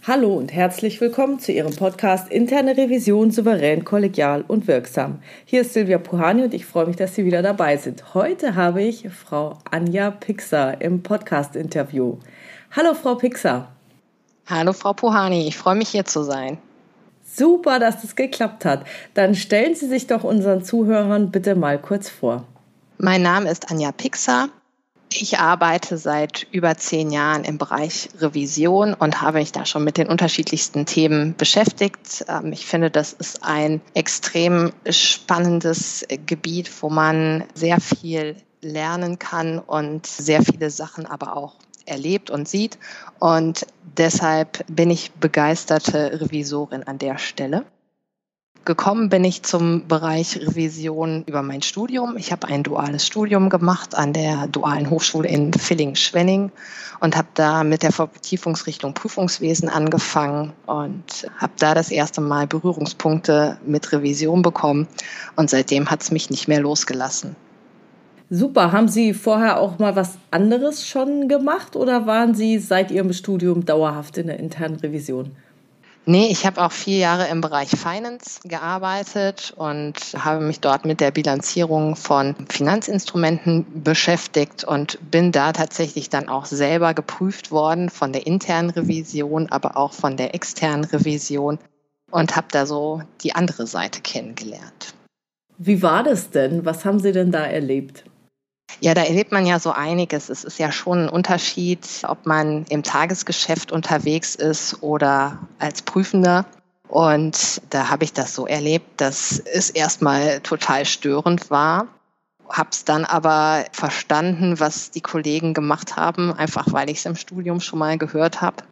Hallo und herzlich willkommen zu Ihrem Podcast Interne Revision souverän, kollegial und wirksam. Hier ist Silvia Puhani und ich freue mich, dass Sie wieder dabei sind. Heute habe ich Frau Anja Pixer im Podcast-Interview. Hallo Frau Pixer. Hallo Frau Puhani, ich freue mich hier zu sein. Super, dass das geklappt hat. Dann stellen Sie sich doch unseren Zuhörern bitte mal kurz vor. Mein Name ist Anja Pixer. Ich arbeite seit über 10 Jahren im Bereich Revision und habe mich da schon mit den unterschiedlichsten Themen beschäftigt. Ich finde, das ist ein extrem spannendes Gebiet, wo man sehr viel lernen kann und sehr viele Sachen aber auch erlebt und sieht. Und deshalb bin ich begeisterte Revisorin an der Stelle. Gekommen bin ich zum Bereich Revision über mein Studium. Ich habe ein duales Studium gemacht an der Dualen Hochschule in Villingen-Schwenning und habe da mit der Vertiefungsrichtung Prüfungswesen angefangen und habe da das erste Mal Berührungspunkte mit Revision bekommen und seitdem hat es mich nicht mehr losgelassen. Super, haben Sie vorher auch mal was anderes schon gemacht oder waren Sie seit Ihrem Studium dauerhaft in der internen Revision? Nee, ich habe auch 4 Jahre im Bereich Finance gearbeitet und habe mich dort mit der Bilanzierung von Finanzinstrumenten beschäftigt und bin da tatsächlich dann auch selber geprüft worden von der internen Revision, aber auch von der externen Revision und habe da so die andere Seite kennengelernt. Wie war das denn? Was haben Sie denn da erlebt? Ja, da erlebt man ja so einiges. Es ist ja schon ein Unterschied, ob man im Tagesgeschäft unterwegs ist oder als Prüfender. Und da habe ich das so erlebt, dass es erstmal total störend war. Habe es dann aber verstanden, was die Kollegen gemacht haben, einfach weil ich es im Studium schon mal gehört habe.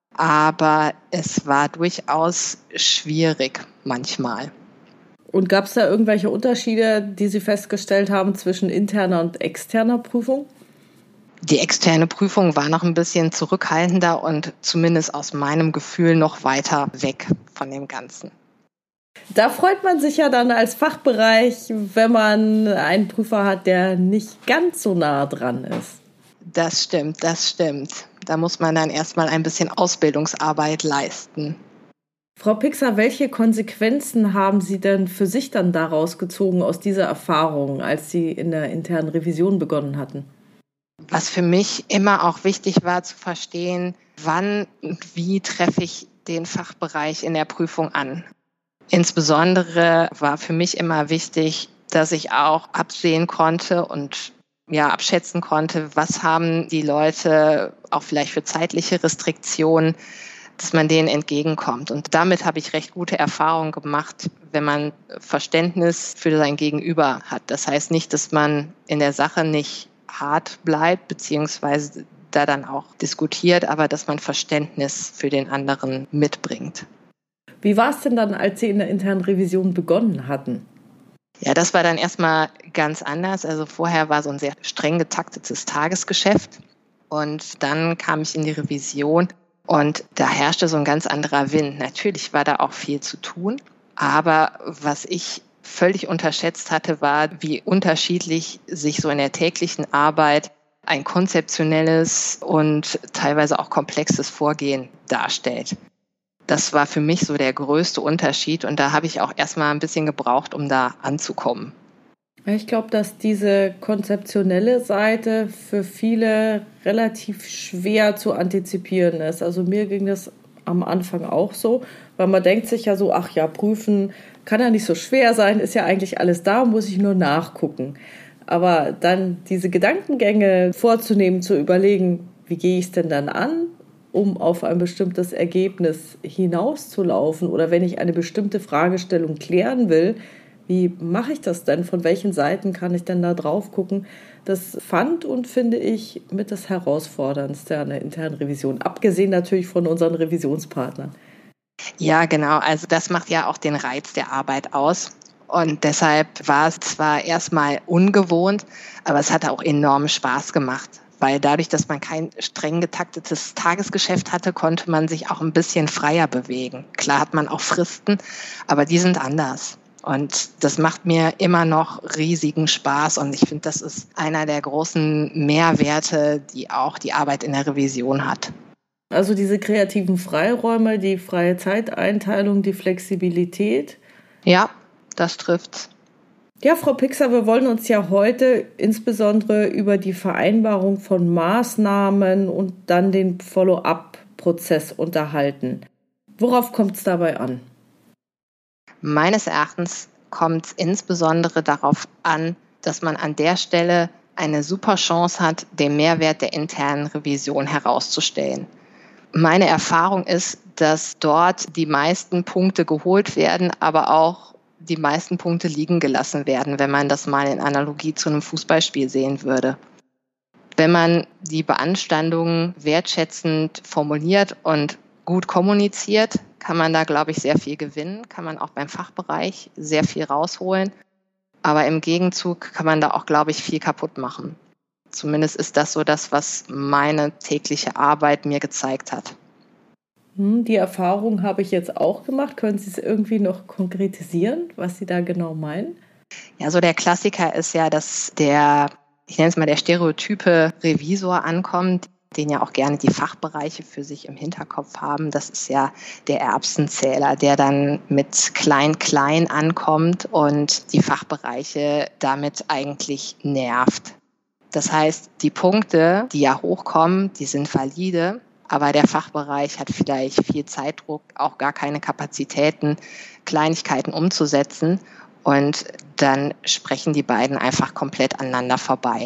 Aber es war durchaus schwierig manchmal. Und gab es da irgendwelche Unterschiede, die Sie festgestellt haben zwischen interner und externer Prüfung? Die externe Prüfung war noch ein bisschen zurückhaltender und zumindest aus meinem Gefühl noch weiter weg von dem Ganzen. Da freut man sich ja dann als Fachbereich, wenn man einen Prüfer hat, der nicht ganz so nah dran ist. Das stimmt, das stimmt. Da muss man dann erstmal ein bisschen Ausbildungsarbeit leisten. Frau Pixer, welche Konsequenzen haben Sie denn für sich dann daraus gezogen aus dieser Erfahrung, als Sie in der internen Revision begonnen hatten? Was für mich immer auch wichtig war zu verstehen, wann und wie treffe ich den Fachbereich in der Prüfung an. Insbesondere war für mich immer wichtig, dass ich auch absehen konnte und abschätzen konnte, was haben die Leute auch vielleicht für zeitliche Restriktionen, dass man denen entgegenkommt. Und damit habe ich recht gute Erfahrungen gemacht, wenn man Verständnis für sein Gegenüber hat. Das heißt nicht, dass man in der Sache nicht hart bleibt, beziehungsweise da dann auch diskutiert, aber dass man Verständnis für den anderen mitbringt. Wie war es denn dann, als Sie in der internen Revision begonnen hatten? Ja, das war dann erstmal ganz anders. Also vorher war so ein sehr streng getaktetes Tagesgeschäft und dann kam ich in die Revision und da herrschte so ein ganz anderer Wind. Natürlich war da auch viel zu tun, aber was ich völlig unterschätzt hatte, war, wie unterschiedlich sich so in der täglichen Arbeit ein konzeptionelles und teilweise auch komplexes Vorgehen darstellt. Das war für mich so der größte Unterschied und da habe ich auch erstmal ein bisschen gebraucht, um da anzukommen. Ich glaube, dass diese konzeptionelle Seite für viele relativ schwer zu antizipieren ist. Also mir ging das am Anfang auch so, weil man denkt sich ja so, ach ja, prüfen kann ja nicht so schwer sein, ist ja eigentlich alles da, muss ich nur nachgucken. Aber dann diese Gedankengänge vorzunehmen, zu überlegen, wie gehe ich es denn dann an, um auf ein bestimmtes Ergebnis hinauszulaufen oder wenn ich eine bestimmte Fragestellung klären will, wie mache ich das denn? Von welchen Seiten kann ich denn da drauf gucken? Das fand und finde ich mit das Herausforderndste an der internen Revision, abgesehen natürlich von unseren Revisionspartnern. Ja, genau. Also das macht ja auch den Reiz der Arbeit aus. Und deshalb war es zwar erstmal ungewohnt, aber es hat auch enormen Spaß gemacht. Weil dadurch, dass man kein streng getaktetes Tagesgeschäft hatte, konnte man sich auch ein bisschen freier bewegen. Klar hat man auch Fristen, aber die sind anders. Und das macht mir immer noch riesigen Spaß. Und ich finde, das ist einer der großen Mehrwerte, die auch die Arbeit in der Revision hat. Also diese kreativen Freiräume, die freie Zeiteinteilung, die Flexibilität. Ja, das trifft's. Ja, Frau Pixer, wir wollen uns ja heute insbesondere über die Vereinbarung von Maßnahmen und dann den Follow-up-Prozess unterhalten. Worauf kommt es dabei an? Meines Erachtens kommt es insbesondere darauf an, dass man an der Stelle eine super Chance hat, den Mehrwert der internen Revision herauszustellen. Meine Erfahrung ist, dass dort die meisten Punkte geholt werden, aber auch die meisten Punkte liegen gelassen werden, wenn man das mal in Analogie zu einem Fußballspiel sehen würde. Wenn man die Beanstandungen wertschätzend formuliert und gut kommuniziert, kann man da, glaube ich, sehr viel gewinnen, kann man auch beim Fachbereich sehr viel rausholen. Aber im Gegenzug kann man da auch, glaube ich, viel kaputt machen. Zumindest ist das so das, was meine tägliche Arbeit mir gezeigt hat. Die Erfahrung habe ich jetzt auch gemacht. Können Sie es irgendwie noch konkretisieren, was Sie da genau meinen? Ja, so der Klassiker ist ja, dass ich nenne es mal der stereotype Revisor ankommt, den ja auch gerne die Fachbereiche für sich im Hinterkopf haben. Das ist ja der Erbsenzähler, der dann mit Klein-Klein ankommt und die Fachbereiche damit eigentlich nervt. Das heißt, die Punkte, die ja hochkommen, die sind valide, aber der Fachbereich hat vielleicht viel Zeitdruck, auch gar keine Kapazitäten, Kleinigkeiten umzusetzen und dann sprechen die beiden einfach komplett aneinander vorbei.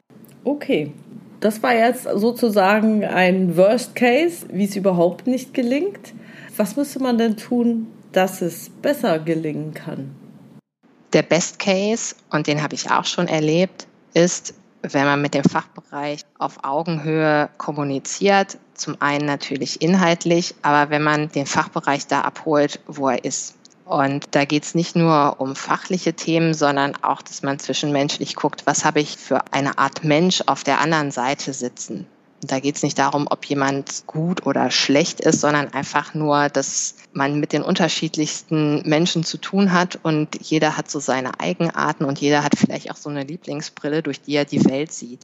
Okay, das war jetzt sozusagen ein Worst Case, wie es überhaupt nicht gelingt. Was müsste man denn tun, dass es besser gelingen kann? Der Best Case, und den habe ich auch schon erlebt, ist, wenn man mit dem Fachbereich auf Augenhöhe kommuniziert, zum einen natürlich inhaltlich, aber wenn man den Fachbereich da abholt, wo er ist. Und da geht es nicht nur um fachliche Themen, sondern auch, dass man zwischenmenschlich guckt, was habe ich für eine Art Mensch auf der anderen Seite sitzen. Und da geht es nicht darum, ob jemand gut oder schlecht ist, sondern einfach nur, dass man mit den unterschiedlichsten Menschen zu tun hat und jeder hat so seine Eigenarten und jeder hat vielleicht auch so eine Lieblingsbrille, durch die er die Welt sieht.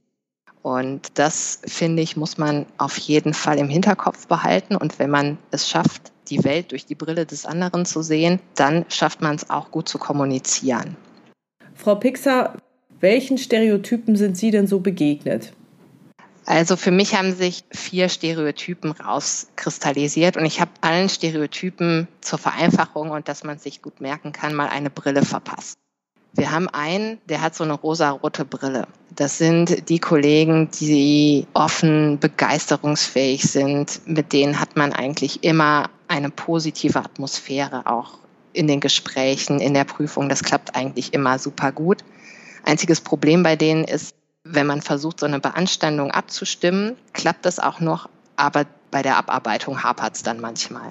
Und das, finde ich, muss man auf jeden Fall im Hinterkopf behalten. Und wenn man es schafft, die Welt durch die Brille des anderen zu sehen, dann schafft man es auch gut zu kommunizieren. Frau Pixer, welchen Stereotypen sind Sie denn so begegnet? Also für mich haben sich 4 Stereotypen rauskristallisiert und ich habe allen Stereotypen zur Vereinfachung und dass man sich gut merken kann, mal eine Brille verpasst. Wir haben einen, der hat so eine rosarote Brille. Das sind die Kollegen, die offen, begeisterungsfähig sind. Mit denen hat man eigentlich immer eine positive Atmosphäre, auch in den Gesprächen, in der Prüfung. Das klappt eigentlich immer super gut. Einziges Problem bei denen ist, wenn man versucht, so eine Beanstandung abzustimmen, klappt das auch noch, aber bei der Abarbeitung hapert es dann manchmal.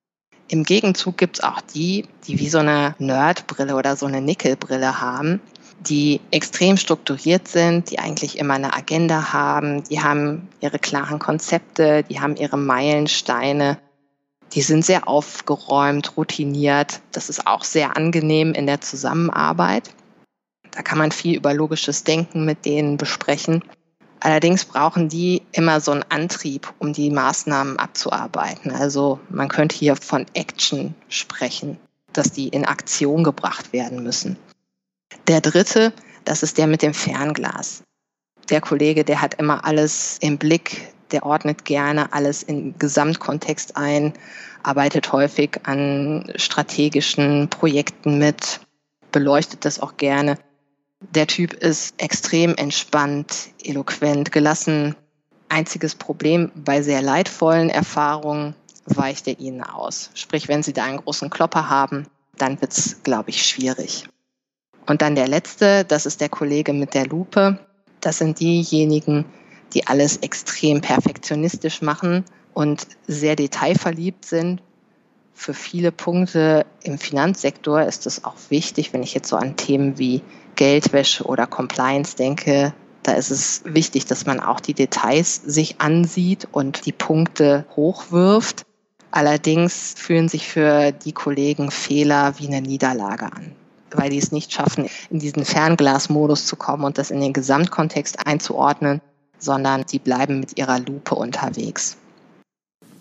Im Gegenzug gibt es auch die wie so eine Nerdbrille oder so eine Nickelbrille haben, die extrem strukturiert sind, die eigentlich immer eine Agenda haben, die haben ihre klaren Konzepte, die haben ihre Meilensteine, die sind sehr aufgeräumt, routiniert. Das ist auch sehr angenehm in der Zusammenarbeit. Da kann man viel über logisches Denken mit denen besprechen. Allerdings brauchen die immer so einen Antrieb, um die Maßnahmen abzuarbeiten. Also man könnte hier von Action sprechen, dass die in Aktion gebracht werden müssen. Der dritte, das ist der mit dem Fernglas. Der Kollege, der hat immer alles im Blick, der ordnet gerne alles im Gesamtkontext ein, arbeitet häufig an strategischen Projekten mit, beleuchtet das auch gerne. Der Typ ist extrem entspannt, eloquent, gelassen. Einziges Problem, bei sehr leidvollen Erfahrungen weicht er ihnen aus. Sprich, wenn sie da einen großen Klopper haben, dann wird es, glaube ich, schwierig. Und dann der letzte, das ist der Kollege mit der Lupe. Das sind diejenigen, die alles extrem perfektionistisch machen und sehr detailverliebt sind. Für viele Punkte im Finanzsektor ist es auch wichtig, wenn ich jetzt so an Themen wie Geldwäsche oder Compliance denke, da ist es wichtig, dass man auch die Details sich ansieht und die Punkte hochwirft. Allerdings fühlen sich für die Kollegen Fehler wie eine Niederlage an, weil die es nicht schaffen, in diesen Fernglasmodus zu kommen und das in den Gesamtkontext einzuordnen, sondern die bleiben mit ihrer Lupe unterwegs.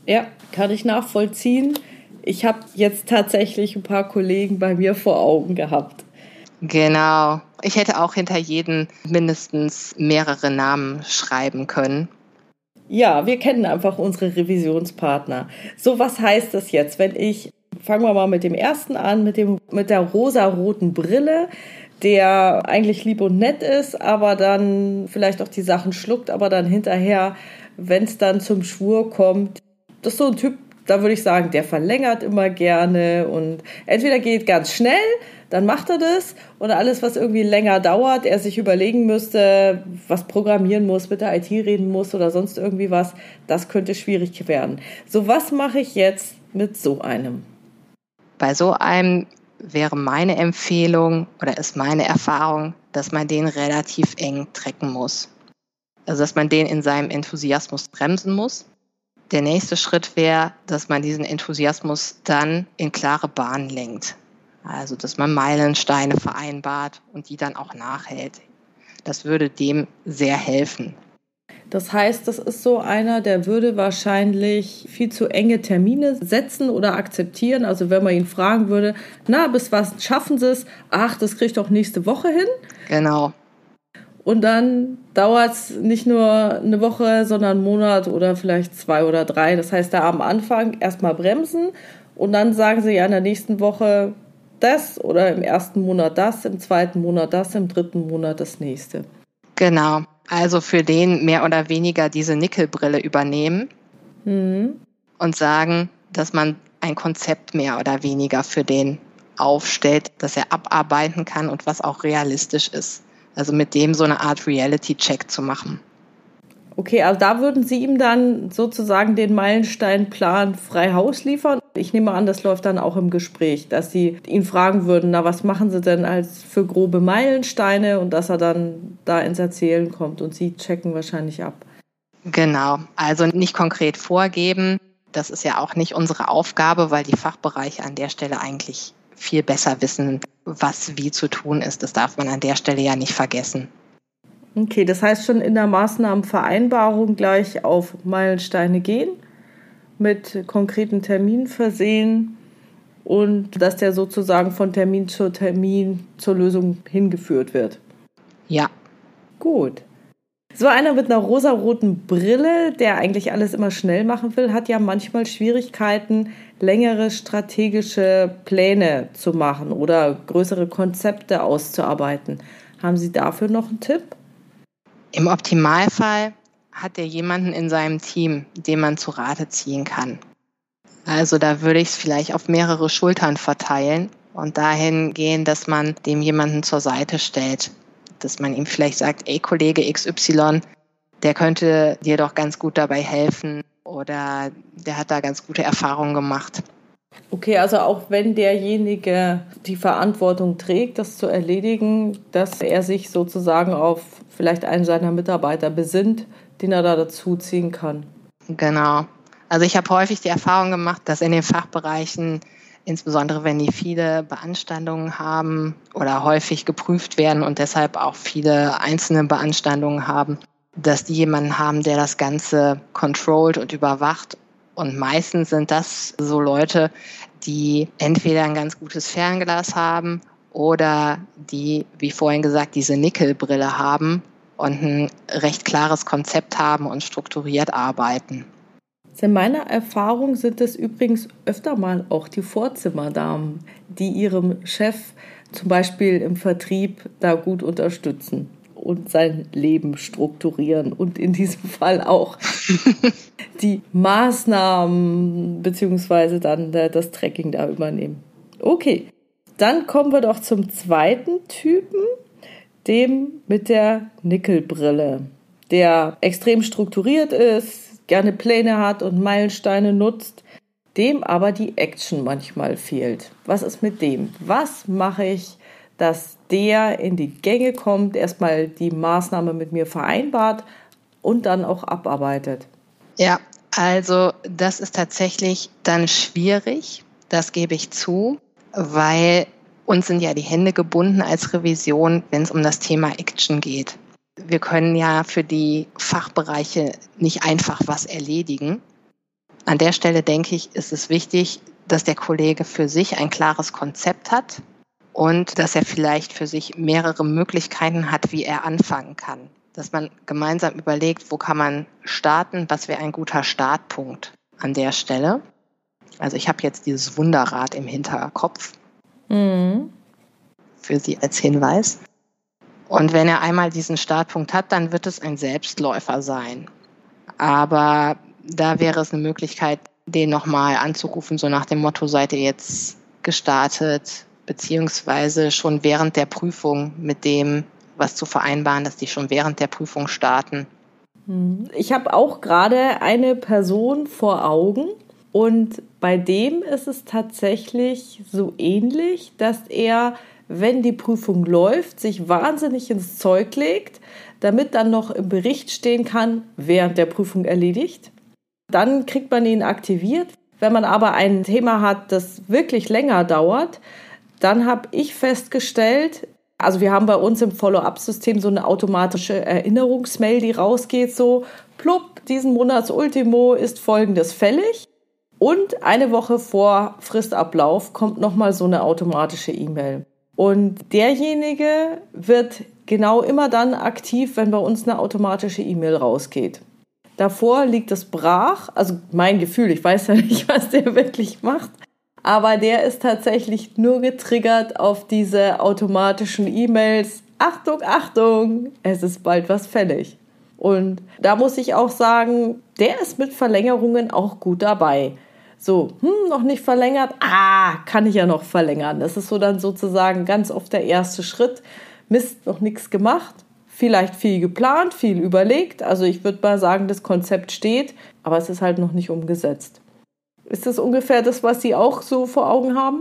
Ja, kann ich nachvollziehen. Ich habe jetzt tatsächlich ein paar Kollegen bei mir vor Augen gehabt. Genau. Ich hätte auch hinter jeden mindestens mehrere Namen schreiben können. Ja, wir kennen einfach unsere Revisionspartner. So, was heißt das jetzt, fangen wir mal mit dem ersten an, mit der rosaroten Brille, der eigentlich lieb und nett ist, aber dann vielleicht auch die Sachen schluckt, aber dann hinterher, wenn es dann zum Schwur kommt, das ist so ein Typ, da würde ich sagen, der verlängert immer gerne und entweder geht ganz schnell, dann macht er das und alles, was irgendwie länger dauert, er sich überlegen müsste, was programmieren muss, mit der IT reden muss oder sonst irgendwie was, das könnte schwierig werden. So, was mache ich jetzt mit so einem? Bei so einem wäre meine Empfehlung oder ist meine Erfahrung, dass man den relativ eng trecken muss. Also, dass man den in seinem Enthusiasmus bremsen muss. Der nächste Schritt wäre, dass man diesen Enthusiasmus dann in klare Bahnen lenkt. Also, dass man Meilensteine vereinbart und die dann auch nachhält. Das würde dem sehr helfen. Das heißt, das ist so einer, der würde wahrscheinlich viel zu enge Termine setzen oder akzeptieren. Also wenn man ihn fragen würde, na, bis was schaffen Sie es? Ach, das kriege ich doch nächste Woche hin. Genau. Und dann dauert es nicht nur eine Woche, sondern einen Monat oder vielleicht 2 oder 3. Das heißt, da am Anfang erstmal bremsen und dann sagen Sie ja in der nächsten Woche das oder im ersten Monat das, im zweiten Monat das, im dritten Monat das nächste. Genau. Also für den mehr oder weniger diese Nickelbrille übernehmen und sagen, dass man ein Konzept mehr oder weniger für den aufstellt, das er abarbeiten kann und was auch realistisch ist. Also mit dem so eine Art Reality-Check zu machen. Okay, also da würden Sie ihm dann sozusagen den Meilensteinplan frei Haus liefern. Ich nehme an, das läuft dann auch im Gespräch, dass Sie ihn fragen würden, na, was machen Sie denn als für grobe Meilensteine und dass er dann da ins Erzählen kommt und Sie checken wahrscheinlich ab. Genau, also nicht konkret vorgeben. Das ist ja auch nicht unsere Aufgabe, weil die Fachbereiche an der Stelle eigentlich viel besser wissen, was wie zu tun ist. Das darf man an der Stelle ja nicht vergessen. Okay, das heißt schon in der Maßnahmenvereinbarung gleich auf Meilensteine gehen, mit konkreten Terminen versehen und dass der sozusagen von Termin zur Lösung hingeführt wird. Ja. Gut. So einer mit einer rosaroten Brille, der eigentlich alles immer schnell machen will, hat ja manchmal Schwierigkeiten, längere strategische Pläne zu machen oder größere Konzepte auszuarbeiten. Haben Sie dafür noch einen Tipp? Im Optimalfall hat er jemanden in seinem Team, den man zu Rate ziehen kann. Also da würde ich es vielleicht auf mehrere Schultern verteilen und dahin gehen, dass man dem jemanden zur Seite stellt. Dass man ihm vielleicht sagt, ey Kollege XY, der könnte dir doch ganz gut dabei helfen oder der hat da ganz gute Erfahrungen gemacht. Okay, also auch wenn derjenige die Verantwortung trägt, das zu erledigen, dass er sich sozusagen auf vielleicht einen seiner Mitarbeiter besinnt, den er da dazu ziehen kann. Genau. Also ich habe häufig die Erfahrung gemacht, dass in den Fachbereichen, insbesondere wenn die viele Beanstandungen haben oder häufig geprüft werden und deshalb auch viele einzelne Beanstandungen haben, dass die jemanden haben, der das Ganze controlt und überwacht. Und meistens sind das so Leute, die entweder ein ganz gutes Fernglas haben oder die, wie vorhin gesagt, diese Nickelbrille haben und ein recht klares Konzept haben und strukturiert arbeiten. In meiner Erfahrung sind es übrigens öfter mal auch die Vorzimmerdamen, die ihrem Chef zum Beispiel im Vertrieb da gut unterstützen und sein Leben strukturieren und in diesem Fall auch die Maßnahmen bzw. dann das Tracking da übernehmen. Okay, dann kommen wir doch zum zweiten Typen, dem mit der Nickelbrille, der extrem strukturiert ist, gerne Pläne hat und Meilensteine nutzt, dem aber die Action manchmal fehlt. Was ist mit dem? Was mache ich, dass der in die Gänge kommt, erstmal die Maßnahme mit mir vereinbart und dann auch abarbeitet? Ja, also das ist tatsächlich dann schwierig, das gebe ich zu, weil uns sind ja die Hände gebunden als Revision, wenn es um das Thema Action geht. Wir können ja für die Fachbereiche nicht einfach was erledigen. An der Stelle denke ich, ist es wichtig, dass der Kollege für sich ein klares Konzept hat und dass er vielleicht für sich mehrere Möglichkeiten hat, wie er anfangen kann. Dass man gemeinsam überlegt, wo kann man starten, was wäre ein guter Startpunkt an der Stelle. Also ich habe jetzt dieses Wunderrad im Hinterkopf für Sie als Hinweis. Und wenn er einmal diesen Startpunkt hat, dann wird es ein Selbstläufer sein. Aber da wäre es eine Möglichkeit, den nochmal anzurufen, so nach dem Motto, seid ihr jetzt gestartet, beziehungsweise schon während der Prüfung mit dem, was zu vereinbaren, dass die schon während der Prüfung starten. Ich habe auch gerade eine Person vor Augen und bei dem ist es tatsächlich so ähnlich, dass er, wenn die Prüfung läuft, sich wahnsinnig ins Zeug legt, damit dann noch im Bericht stehen kann, während der Prüfung erledigt. Dann kriegt man ihn aktiviert. Wenn man aber ein Thema hat, das wirklich länger dauert, dann habe ich festgestellt, also wir haben bei uns im Follow-up-System so eine automatische Erinnerungsmail, die rausgeht, so plupp, diesen Monatsultimo ist Folgendes fällig. Und eine Woche vor Fristablauf kommt nochmal so eine automatische E-Mail. Und derjenige wird genau immer dann aktiv, wenn bei uns eine automatische E-Mail rausgeht. Davor liegt es brach, also mein Gefühl, ich weiß ja nicht, was der wirklich macht, aber der ist tatsächlich nur getriggert auf diese automatischen E-Mails. Achtung, Achtung, es ist bald was fällig. Und da muss ich auch sagen, der ist mit Verlängerungen auch gut dabei. So, noch nicht verlängert? Kann ich ja noch verlängern. Das ist so dann sozusagen ganz oft der erste Schritt. Mist, noch nichts gemacht. Vielleicht viel geplant, viel überlegt. Also ich würde mal sagen, das Konzept steht, aber es ist halt noch nicht umgesetzt. Ist das ungefähr das, was Sie auch so vor Augen haben?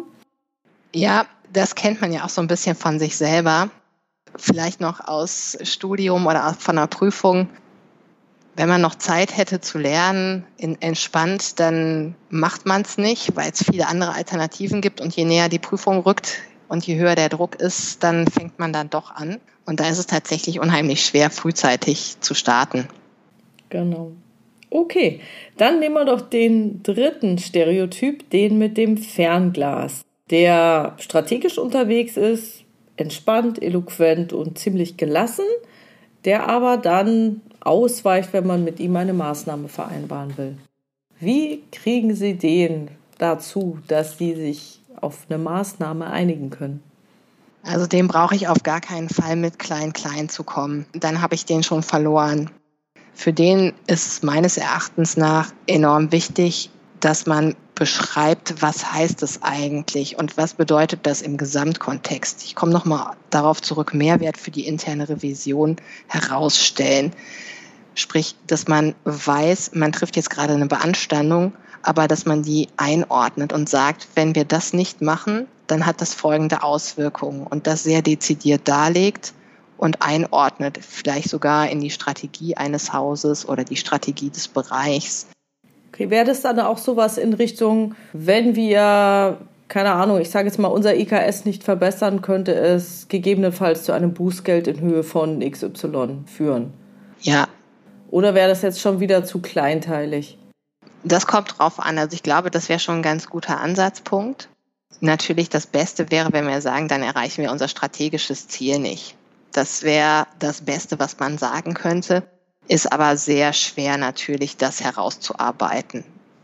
Ja, das kennt man ja auch so ein bisschen von sich selber. Vielleicht noch aus Studium oder von einer Prüfung. Wenn man noch Zeit hätte zu lernen, entspannt, dann macht man es nicht, weil es viele andere Alternativen gibt. Und je näher die Prüfung rückt und je höher der Druck ist, dann fängt man dann doch an. Und da ist es tatsächlich unheimlich schwer, frühzeitig zu starten. Genau. Okay, dann nehmen wir doch den dritten Stereotyp, den mit dem Fernglas, der strategisch unterwegs ist, entspannt, eloquent und ziemlich gelassen, der aber dann ausweicht, wenn man mit ihm eine Maßnahme vereinbaren will. Wie kriegen Sie den dazu, dass Sie sich auf eine Maßnahme einigen können? Also dem brauche ich auf gar keinen Fall mit Klein-Klein zu kommen. Dann habe ich den schon verloren. Für den ist es meines Erachtens nach enorm wichtig, dass man beschreibt, was heißt es eigentlich und was bedeutet das im Gesamtkontext. Ich komme nochmal darauf zurück, Mehrwert für die interne Revision herausstellen. Sprich, dass man weiß, man trifft jetzt gerade eine Beanstandung, aber dass man die einordnet und sagt, wenn wir das nicht machen, dann hat das folgende Auswirkungen und das sehr dezidiert darlegt und einordnet, vielleicht sogar in die Strategie eines Hauses oder die Strategie des Bereichs. Okay, wäre das dann auch sowas in Richtung, wenn wir, keine Ahnung, ich sage jetzt mal, unser IKS nicht verbessern, könnte es gegebenenfalls zu einem Bußgeld in Höhe von XY führen? Ja. Oder wäre das jetzt schon wieder zu kleinteilig? Das kommt drauf an. Also ich glaube, das wäre schon ein ganz guter Ansatzpunkt. Natürlich das Beste wäre, wenn wir sagen, dann erreichen wir unser strategisches Ziel nicht. Das wäre das Beste, was man sagen könnte, ist aber sehr schwer natürlich, das herauszuarbeiten.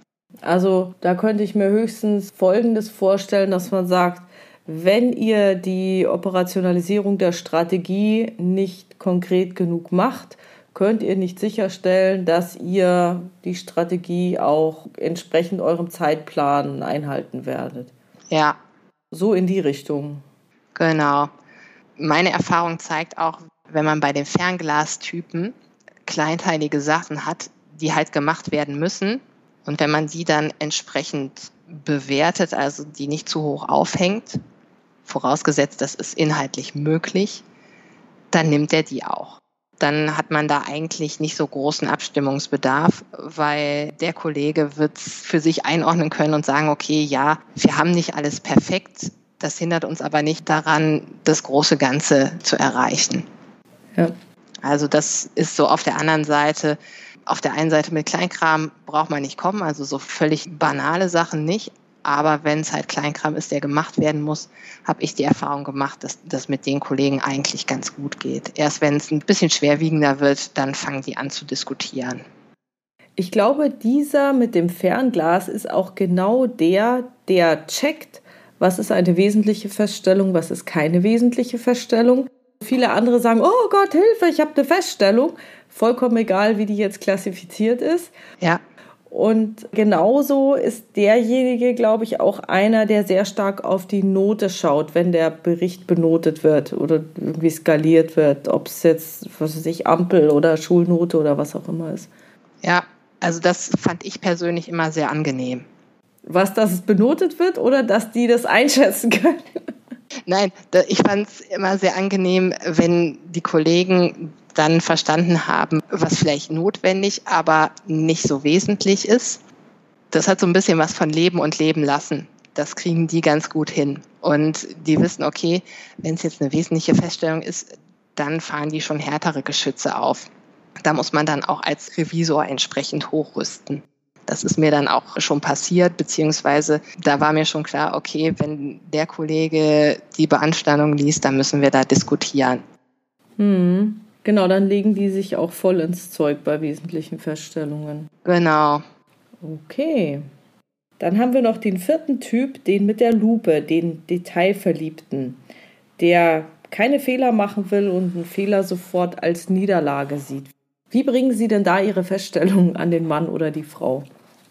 Also da könnte ich mir höchstens Folgendes vorstellen, dass man sagt, wenn ihr die Operationalisierung der Strategie nicht konkret genug macht, könnt ihr nicht sicherstellen, dass ihr die Strategie auch entsprechend eurem Zeitplan einhalten werdet. Ja. So in die Richtung. Genau. Meine Erfahrung zeigt auch, wenn man bei den Fernglastypen kleinteilige Sachen hat, die halt gemacht werden müssen und wenn man die dann entsprechend bewertet, also die nicht zu hoch aufhängt, vorausgesetzt, das ist inhaltlich möglich, dann nimmt er die auch. Dann hat man da eigentlich nicht so großen Abstimmungsbedarf, weil der Kollege wird es für sich einordnen können und sagen, okay, ja, wir haben nicht alles perfekt, das hindert uns aber nicht daran, das große Ganze zu erreichen. Ja. Also das ist so auf der anderen Seite, Auf der einen Seite mit Kleinkram braucht man nicht kommen, also so völlig banale Sachen nicht. Aber wenn es halt Kleinkram ist, der gemacht werden muss, habe ich die Erfahrung gemacht, dass das mit den Kollegen eigentlich ganz gut geht. Erst wenn es ein bisschen schwerwiegender wird, dann fangen die an zu diskutieren. Ich glaube, dieser mit dem Fernglas ist auch genau der checkt, was ist eine wesentliche Feststellung, was ist keine wesentliche Feststellung. Viele andere sagen, oh Gott, Hilfe, ich habe eine Feststellung. Vollkommen egal, wie die jetzt klassifiziert ist. Ja. Und genauso ist derjenige, glaube ich, auch einer, der sehr stark auf die Note schaut, wenn der Bericht benotet wird oder irgendwie skaliert wird, ob es jetzt, was weiß ich, Ampel oder Schulnote oder was auch immer ist. Ja, also das fand ich persönlich immer sehr angenehm. Was, dass es benotet wird oder dass die das einschätzen können? Nein, ich fand es immer sehr angenehm, wenn die Kollegen dann verstanden haben, was vielleicht notwendig, aber nicht so wesentlich ist. Das hat so ein bisschen was von Leben und Leben lassen. Das kriegen die ganz gut hin. Und die wissen, okay, wenn es jetzt eine wesentliche Feststellung ist, dann fahren die schon härtere Geschütze auf. Da muss man dann auch als Revisor entsprechend hochrüsten. Das ist mir dann auch schon passiert, beziehungsweise da war mir schon klar, okay, wenn der Kollege die Beanstandung liest, dann müssen wir da diskutieren. Genau, dann legen die sich auch voll ins Zeug bei wesentlichen Feststellungen. Genau. Okay. Dann haben wir noch den 4. Typ, den mit der Lupe, den Detailverliebten, der keine Fehler machen will und einen Fehler sofort als Niederlage sieht. Wie bringen Sie denn da Ihre Feststellungen an den Mann oder die Frau?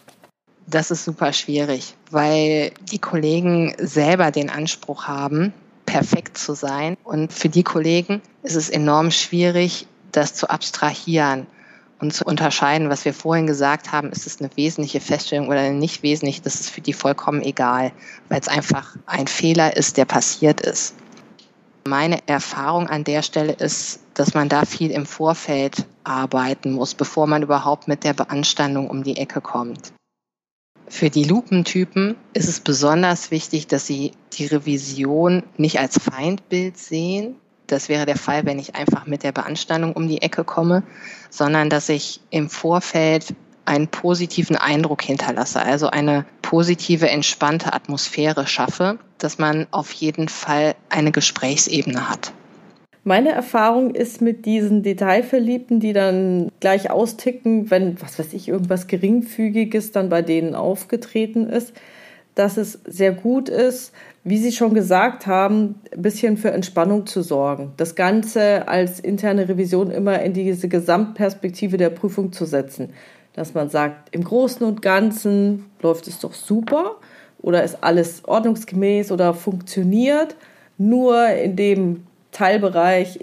Das ist super schwierig, weil die Kollegen selber den Anspruch haben, perfekt zu sein. Und für die Kollegen ist es enorm schwierig, das zu abstrahieren und zu unterscheiden, was wir vorhin gesagt haben, ist es eine wesentliche Feststellung oder eine nicht wesentliche, das ist für die vollkommen egal, weil es einfach ein Fehler ist, der passiert ist. Meine Erfahrung an der Stelle ist, dass man da viel im Vorfeld arbeiten muss, bevor man überhaupt mit der Beanstandung um die Ecke kommt. Für die Lupentypen ist es besonders wichtig, dass sie die Revision nicht als Feindbild sehen. Das wäre der Fall, wenn ich einfach mit der Beanstandung um die Ecke komme, sondern dass ich im Vorfeld einen positiven Eindruck hinterlasse, also eine positive, entspannte Atmosphäre schaffe, dass man auf jeden Fall eine Gesprächsebene hat. Meine Erfahrung ist mit diesen Detailverliebten, die dann gleich austicken, wenn, was weiß ich, irgendwas Geringfügiges dann bei denen aufgetreten ist, dass es sehr gut ist, wie Sie schon gesagt haben, ein bisschen für Entspannung zu sorgen. Das Ganze als interne Revision immer in diese Gesamtperspektive der Prüfung zu setzen. Dass man sagt, im Großen und Ganzen läuft es doch super oder ist alles ordnungsgemäß oder funktioniert. Nur in dem Teilbereich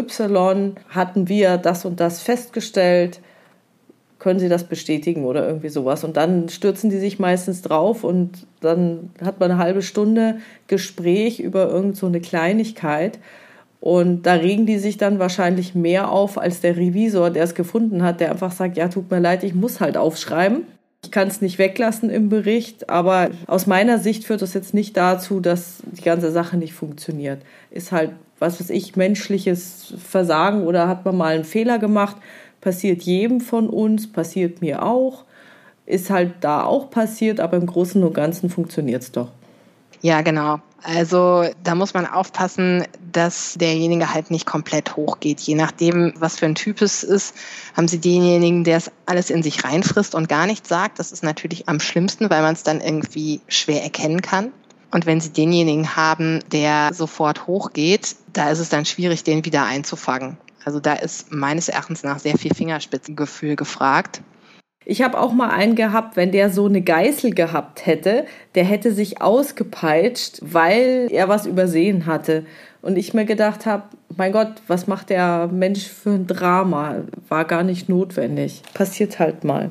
XY hatten wir das und das festgestellt. Können Sie das bestätigen oder irgendwie sowas? Und dann stürzen die sich meistens drauf und dann hat man eine halbe Stunde Gespräch über irgend so eine Kleinigkeit. Und da regen die sich dann wahrscheinlich mehr auf als der Revisor, der es gefunden hat, der einfach sagt, ja, tut mir leid, ich muss halt aufschreiben. Ich kann es nicht weglassen im Bericht, aber aus meiner Sicht führt das jetzt nicht dazu, dass die ganze Sache nicht funktioniert. Ist halt, was weiß ich, menschliches Versagen oder hat man mal einen Fehler gemacht, passiert jedem von uns, passiert mir auch, ist halt da auch passiert, aber im Großen und Ganzen funktioniert es doch. Ja, genau. Also da muss man aufpassen, dass derjenige halt nicht komplett hochgeht. Je nachdem, was für ein Typ es ist, haben Sie denjenigen, der es alles in sich reinfrisst und gar nichts sagt. Das ist natürlich am schlimmsten, weil man es dann irgendwie schwer erkennen kann. Und wenn Sie denjenigen haben, der sofort hochgeht, da ist es dann schwierig, den wieder einzufangen. Also da ist meines Erachtens nach sehr viel Fingerspitzengefühl gefragt. Ich habe auch mal einen gehabt, wenn der so eine Geißel gehabt hätte, der hätte sich ausgepeitscht, weil er was übersehen hatte. Und ich mir gedacht habe, mein Gott, was macht der Mensch für ein Drama? War gar nicht notwendig. Passiert halt mal.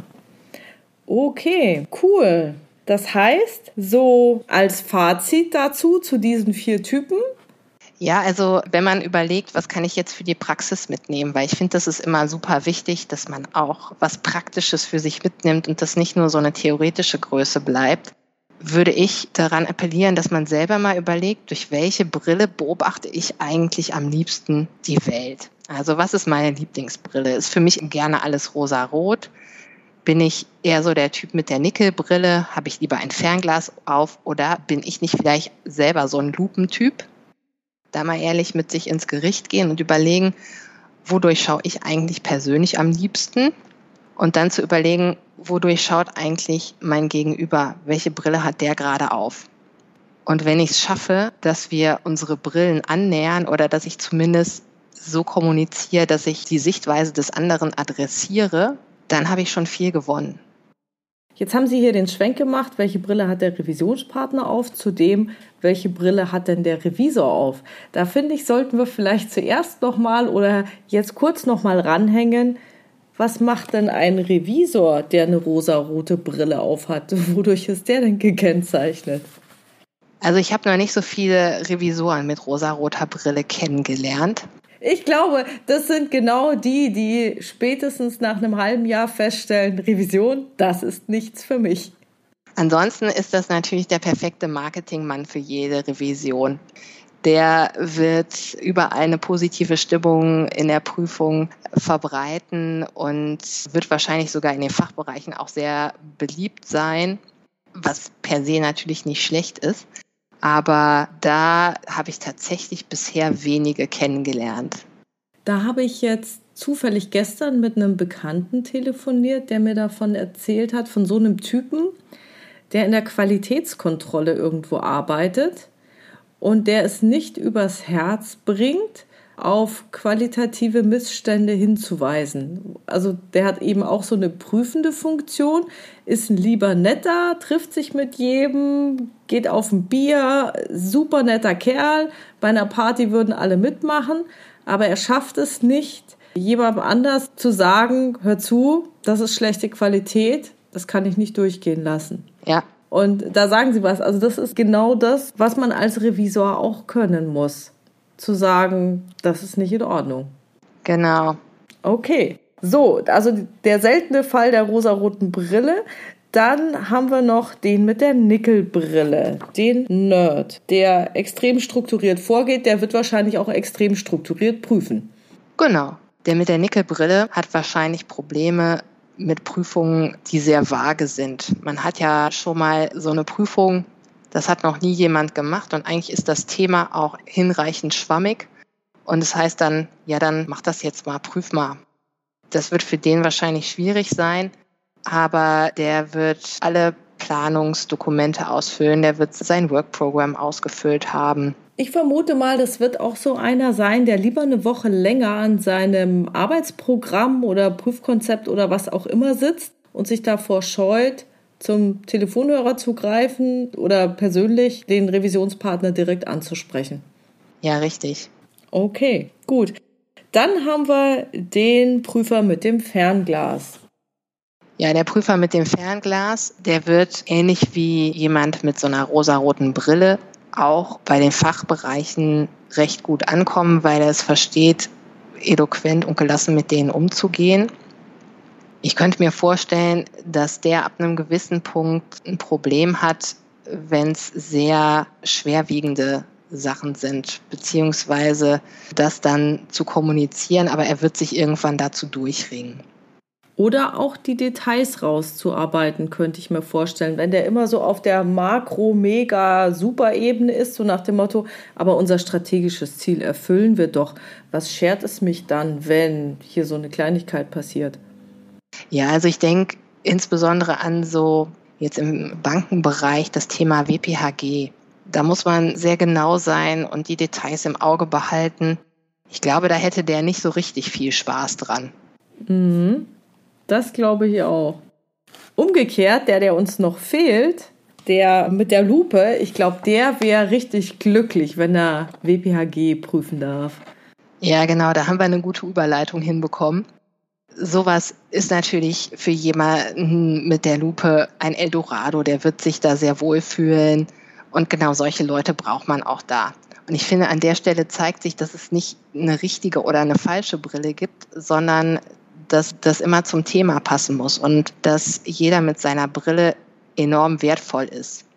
Okay, cool. Das heißt, so als Fazit dazu, zu diesen 4 Typen. Ja, also wenn man überlegt, was kann ich jetzt für die Praxis mitnehmen, weil ich finde, das ist immer super wichtig, dass man auch was Praktisches für sich mitnimmt und das nicht nur so eine theoretische Größe bleibt, würde ich daran appellieren, dass man selber mal überlegt, durch welche Brille beobachte ich eigentlich am liebsten die Welt. Also was ist meine Lieblingsbrille? Ist für mich gerne alles rosa-rot. Bin ich eher so der Typ mit der Nickelbrille? Habe ich lieber ein Fernglas auf oder bin ich nicht vielleicht selber so ein Lupentyp? Da mal ehrlich mit sich ins Gericht gehen und überlegen, wodurch schaue ich eigentlich persönlich am liebsten? Und dann zu überlegen, wodurch schaut eigentlich mein Gegenüber? Welche Brille hat der gerade auf? Und wenn ich es schaffe, dass wir unsere Brillen annähern oder dass ich zumindest so kommuniziere, dass ich die Sichtweise des anderen adressiere, dann habe ich schon viel gewonnen. Jetzt haben Sie hier den Schwenk gemacht, welche Brille hat der Revisionspartner auf, zu dem, welche Brille hat denn der Revisor auf. Da finde ich, sollten wir vielleicht zuerst nochmal oder jetzt kurz nochmal ranhängen, was macht denn ein Revisor, der eine rosarote Brille auf hat? Wodurch ist der denn gekennzeichnet? Also ich habe noch nicht so viele Revisoren mit rosaroter Brille kennengelernt. Ich glaube, das sind genau die spätestens nach einem halben Jahr feststellen, Revision, das ist nichts für mich. Ansonsten ist das natürlich der perfekte Marketingmann für jede Revision. Der wird überall eine positive Stimmung in der Prüfung verbreiten und wird wahrscheinlich sogar in den Fachbereichen auch sehr beliebt sein, was per se natürlich nicht schlecht ist. Aber da habe ich tatsächlich bisher wenige kennengelernt. Da habe ich jetzt zufällig gestern mit einem Bekannten telefoniert, der mir davon erzählt hat, von so einem Typen, der in der Qualitätskontrolle irgendwo arbeitet und der es nicht übers Herz bringt, auf qualitative Missstände hinzuweisen. Also der hat eben auch so eine prüfende Funktion, ist ein lieber Netter, trifft sich mit jedem, geht auf ein Bier, super netter Kerl, bei einer Party würden alle mitmachen, aber er schafft es nicht, jemandem anders zu sagen, hör zu, das ist schlechte Qualität, das kann ich nicht durchgehen lassen. Ja. Und da sagen Sie was, also das ist genau das, was man als Revisor auch können muss. Zu sagen, das ist nicht in Ordnung. Genau. Okay, so, also der seltene Fall der rosaroten Brille. Dann haben wir noch den mit der Nickelbrille, den Nerd, der extrem strukturiert vorgeht. Der wird wahrscheinlich auch extrem strukturiert prüfen. Genau. Der mit der Nickelbrille hat wahrscheinlich Probleme mit Prüfungen, die sehr vage sind. Man hat ja schon mal so eine Prüfung, das hat noch nie jemand gemacht und eigentlich ist das Thema auch hinreichend schwammig. Und das heißt dann, ja, dann mach das jetzt mal, prüf mal. Das wird für den wahrscheinlich schwierig sein, aber der wird alle Planungsdokumente ausfüllen, der wird sein Workprogram ausgefüllt haben. Ich vermute mal, das wird auch so einer sein, der lieber eine Woche länger an seinem Arbeitsprogramm oder Prüfkonzept oder was auch immer sitzt und sich davor scheut, zum Telefonhörer zu greifen oder persönlich den Revisionspartner direkt anzusprechen. Ja, richtig. Okay, gut. Dann haben wir den Prüfer mit dem Fernglas. Ja, der Prüfer mit dem Fernglas, der wird ähnlich wie jemand mit so einer rosaroten Brille auch bei den Fachbereichen recht gut ankommen, weil er es versteht, eloquent und gelassen mit denen umzugehen. Ich könnte mir vorstellen, dass der ab einem gewissen Punkt ein Problem hat, wenn es sehr schwerwiegende Sachen sind, beziehungsweise das dann zu kommunizieren, aber er wird sich irgendwann dazu durchringen. Oder auch die Details rauszuarbeiten, könnte ich mir vorstellen. Wenn der immer so auf der Makro-Mega-Super-Ebene ist, so nach dem Motto, aber unser strategisches Ziel erfüllen wir doch. Was schert es mich dann, wenn hier so eine Kleinigkeit passiert? Ja, also ich denke insbesondere an so jetzt im Bankenbereich das Thema WPHG. Da muss man sehr genau sein und die Details im Auge behalten. Ich glaube, da hätte der nicht so richtig viel Spaß dran. Mhm. Das glaube ich auch. Umgekehrt, der uns noch fehlt, der mit der Lupe, ich glaube, der wäre richtig glücklich, wenn er WPHG prüfen darf. Ja, genau, da haben wir eine gute Überleitung hinbekommen. Sowas ist natürlich für jemanden mit der Lupe ein Eldorado, der wird sich da sehr wohl fühlen. Und genau solche Leute braucht man auch da. Und ich finde, an der Stelle zeigt sich, dass es nicht eine richtige oder eine falsche Brille gibt, sondern dass das immer zum Thema passen muss und dass jeder mit seiner Brille enorm wertvoll ist.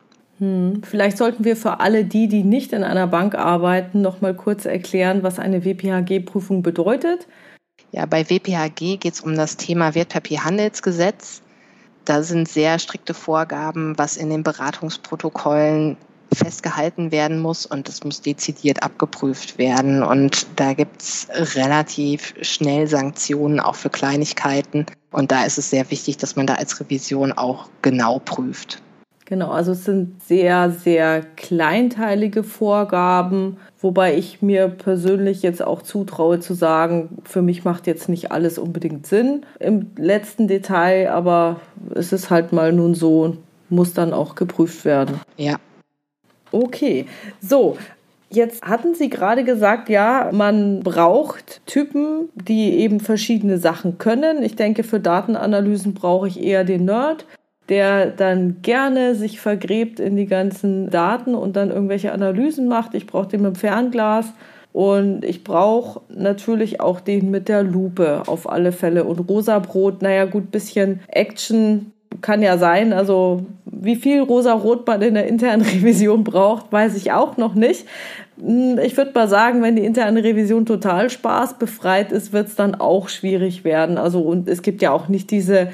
Vielleicht sollten wir für alle die nicht in einer Bank arbeiten, noch mal kurz erklären, was eine WPHG-Prüfung bedeutet. Ja, bei WPHG geht es um das Thema Wertpapierhandelsgesetz. Da sind sehr strikte Vorgaben, was in den Beratungsprotokollen festgehalten werden muss, und es muss dezidiert abgeprüft werden. Und da gibt es relativ schnell Sanktionen auch für Kleinigkeiten. Und da ist es sehr wichtig, dass man da als Revision auch genau prüft. Genau, also es sind sehr, sehr kleinteilige Vorgaben, wobei ich mir persönlich jetzt auch zutraue zu sagen, für mich macht jetzt nicht alles unbedingt Sinn im letzten Detail, aber es ist halt mal nun so, muss dann auch geprüft werden. Ja. Okay, so. Jetzt hatten Sie gerade gesagt, ja, man braucht Typen, die eben verschiedene Sachen können. Ich denke, für Datenanalysen brauche ich eher den Nerd, der dann gerne sich vergräbt in die ganzen Daten und dann irgendwelche Analysen macht. Ich brauche den mit dem Fernglas und ich brauche natürlich auch den mit der Lupe auf alle Fälle. Und Rosabrot, naja gut, bisschen Action kann ja sein. Also wie viel Rosarot man in der internen Revision braucht, weiß ich auch noch nicht. Ich würde mal sagen, wenn die interne Revision total spaßbefreit ist, wird es dann auch schwierig werden. Also und es gibt ja auch nicht diese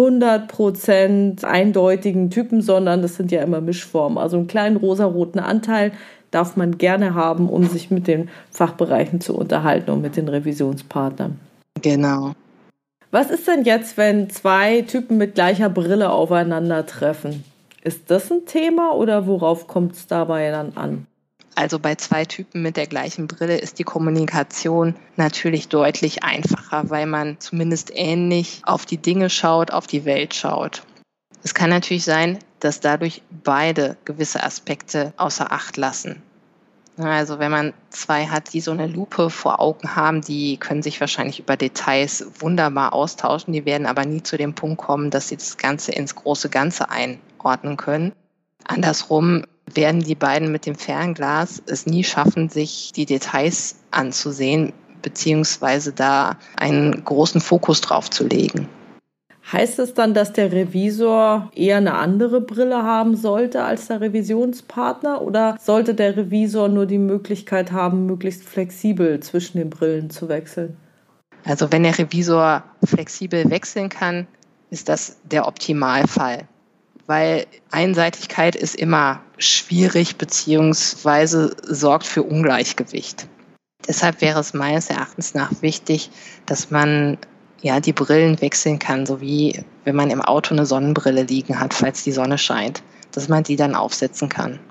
100% eindeutigen Typen, sondern das sind ja immer Mischformen. Also einen kleinen rosaroten Anteil darf man gerne haben, um sich mit den Fachbereichen zu unterhalten und mit den Revisionspartnern. Genau. Was ist denn jetzt, wenn zwei Typen mit gleicher Brille aufeinandertreffen? Ist das ein Thema oder worauf kommt es dabei dann an? Also bei zwei Typen mit der gleichen Brille ist die Kommunikation natürlich deutlich einfacher, weil man zumindest ähnlich auf die Dinge schaut, auf die Welt schaut. Es kann natürlich sein, dass dadurch beide gewisse Aspekte außer Acht lassen. Also wenn man zwei hat, die so eine Lupe vor Augen haben, die können sich wahrscheinlich über Details wunderbar austauschen, die werden aber nie zu dem Punkt kommen, dass sie das Ganze ins große Ganze einordnen können. Andersrum werden die beiden mit dem Fernglas es nie schaffen, sich die Details anzusehen, beziehungsweise da einen großen Fokus drauf zu legen. Heißt es dann, dass der Revisor eher eine andere Brille haben sollte als der Revisionspartner? Oder sollte der Revisor nur die Möglichkeit haben, möglichst flexibel zwischen den Brillen zu wechseln? Also wenn der Revisor flexibel wechseln kann, ist das der Optimalfall. Weil Einseitigkeit ist immer schwierig beziehungsweise sorgt für Ungleichgewicht. Deshalb wäre es meines Erachtens nach wichtig, dass man die Brillen wechseln kann, so wie wenn man im Auto eine Sonnenbrille liegen hat, falls die Sonne scheint, dass man die dann aufsetzen kann.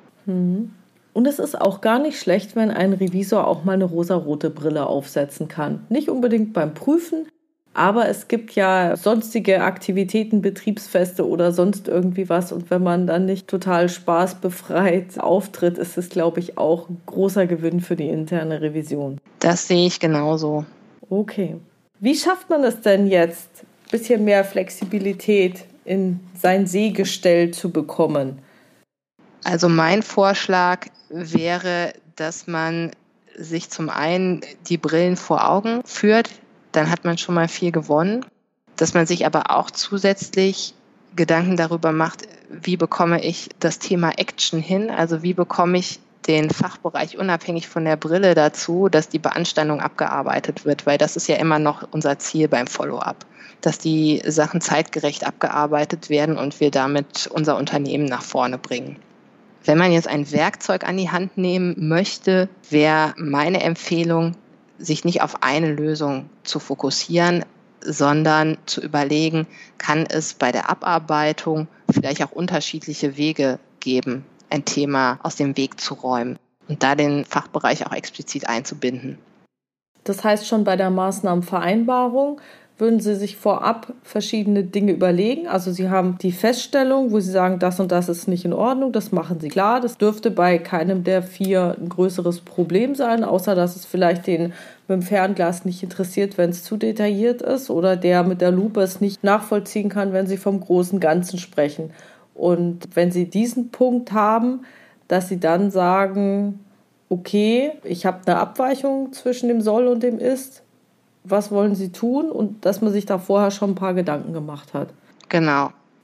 Und es ist auch gar nicht schlecht, wenn ein Revisor auch mal eine rosarote Brille aufsetzen kann. Nicht unbedingt beim Prüfen, aber es gibt ja sonstige Aktivitäten, Betriebsfeste oder sonst irgendwie was. Und wenn man dann nicht total spaßbefreit auftritt, ist es, glaube ich, auch ein großer Gewinn für die interne Revision. Das sehe ich genauso. Okay. Wie schafft man es denn jetzt, ein bisschen mehr Flexibilität in sein Sehgestell zu bekommen? Also mein Vorschlag wäre, dass man sich zum einen die Brillen vor Augen führt, dann hat man schon mal viel gewonnen, dass man sich aber auch zusätzlich Gedanken darüber macht, wie bekomme ich das Thema Action hin, also wie bekomme ich den Fachbereich unabhängig von der Brille dazu, dass die Beanstandung abgearbeitet wird, weil das ist ja immer noch unser Ziel beim Follow-up, dass die Sachen zeitgerecht abgearbeitet werden und wir damit unser Unternehmen nach vorne bringen. Wenn man jetzt ein Werkzeug an die Hand nehmen möchte, wäre meine Empfehlung, sich nicht auf eine Lösung zu fokussieren, sondern zu überlegen, kann es bei der Abarbeitung vielleicht auch unterschiedliche Wege geben, ein Thema aus dem Weg zu räumen und da den Fachbereich auch explizit einzubinden. Das heißt, schon bei der Maßnahmenvereinbarung würden Sie sich vorab verschiedene Dinge überlegen. Also Sie haben die Feststellung, wo Sie sagen, das und das ist nicht in Ordnung, das machen Sie klar. Das dürfte bei keinem der 4 ein größeres Problem sein, außer dass es vielleicht den mit dem Fernglas nicht interessiert, wenn es zu detailliert ist, oder der mit der Lupe es nicht nachvollziehen kann, wenn Sie vom großen Ganzen sprechen. Und wenn Sie diesen Punkt haben, dass Sie dann sagen, okay, ich habe eine Abweichung zwischen dem Soll und dem Ist, was wollen Sie tun? Und dass man sich da vorher schon ein paar Gedanken gemacht hat. Genau.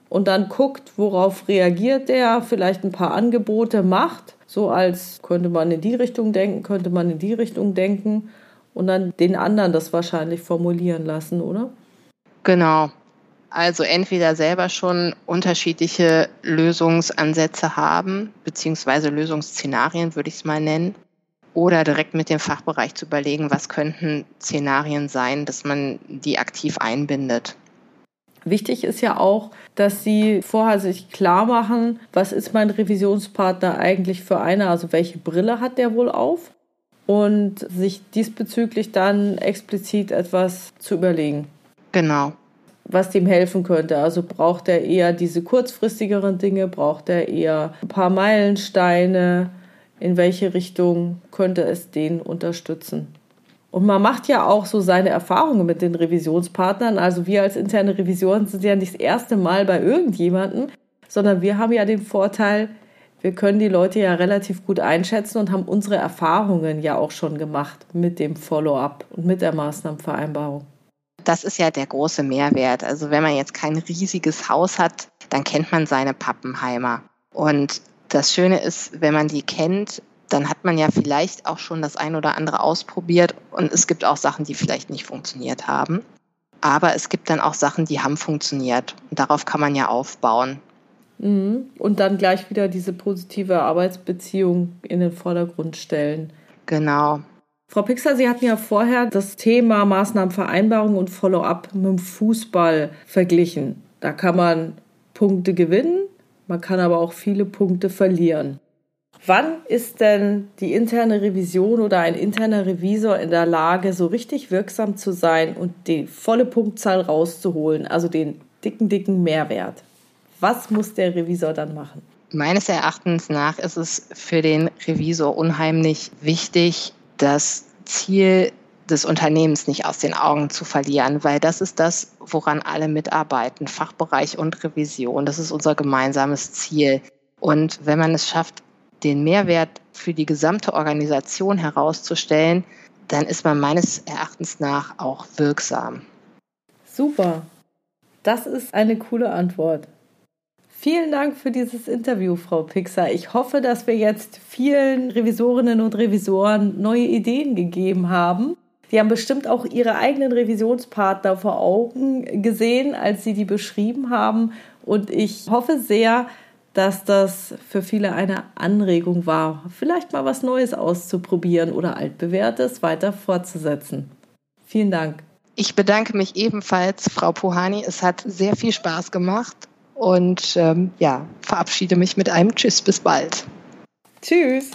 und dann guckt, worauf reagiert der, vielleicht ein paar Angebote macht, so als könnte man in die Richtung denken, könnte man in die Richtung denken und dann den anderen das wahrscheinlich formulieren lassen, oder? Genau. Also entweder selber schon unterschiedliche Lösungsansätze haben, beziehungsweise Lösungsszenarien würde ich es mal nennen, oder direkt mit dem Fachbereich zu überlegen, was könnten Szenarien sein, dass man die aktiv einbindet. Wichtig ist ja auch, dass Sie vorher sich klar machen, was ist mein Revisionspartner eigentlich für einer, also welche Brille hat der wohl auf und sich diesbezüglich dann explizit etwas zu überlegen. Genau. Was dem helfen könnte. Also braucht er eher diese kurzfristigeren Dinge, braucht er eher ein paar Meilensteine, in welche Richtung könnte es den unterstützen. Und man macht ja auch so seine Erfahrungen mit den Revisionspartnern. Also wir als interne Revisoren sind ja nicht das erste Mal bei irgendjemandem, sondern wir haben ja den Vorteil, wir können die Leute ja relativ gut einschätzen und haben unsere Erfahrungen ja auch schon gemacht mit dem Follow-up und mit der Maßnahmenvereinbarung. Das ist ja der große Mehrwert. Also wenn man jetzt kein riesiges Haus hat, dann kennt man seine Pappenheimer. Und das Schöne ist, wenn man die kennt, dann hat man ja vielleicht auch schon das ein oder andere ausprobiert und es gibt auch Sachen, die vielleicht nicht funktioniert haben. Aber es gibt dann auch Sachen, die haben funktioniert und darauf kann man ja aufbauen. Und dann gleich wieder diese positive Arbeitsbeziehung in den Vordergrund stellen. Genau. Frau Pixer, Sie hatten ja vorher das Thema Maßnahmenvereinbarung und Follow-up mit dem Fußball verglichen. Da kann man Punkte gewinnen, man kann aber auch viele Punkte verlieren. Wann ist denn die interne Revision oder ein interner Revisor in der Lage, so richtig wirksam zu sein und die volle Punktzahl rauszuholen, also den dicken Mehrwert? Was muss der Revisor dann machen? Meines Erachtens nach ist es für den Revisor unheimlich wichtig, das Ziel des Unternehmens nicht aus den Augen zu verlieren, weil das ist das, woran alle mitarbeiten, Fachbereich und Revision. Das ist unser gemeinsames Ziel. Und wenn man es schafft, den Mehrwert für die gesamte Organisation herauszustellen, dann ist man meines Erachtens nach auch wirksam. Super, das ist eine coole Antwort. Vielen Dank für dieses Interview, Frau Pixer. Ich hoffe, dass wir jetzt vielen Revisorinnen und Revisoren neue Ideen gegeben haben. Die haben bestimmt auch ihre eigenen Revisionspartner vor Augen gesehen, als sie die beschrieben haben. Und ich hoffe sehr, dass das für viele eine Anregung war, vielleicht mal was Neues auszuprobieren oder Altbewährtes weiter fortzusetzen. Vielen Dank. Ich bedanke mich ebenfalls, Frau Puhani. Es hat sehr viel Spaß gemacht und verabschiede mich mit einem Tschüss, bis bald. Tschüss.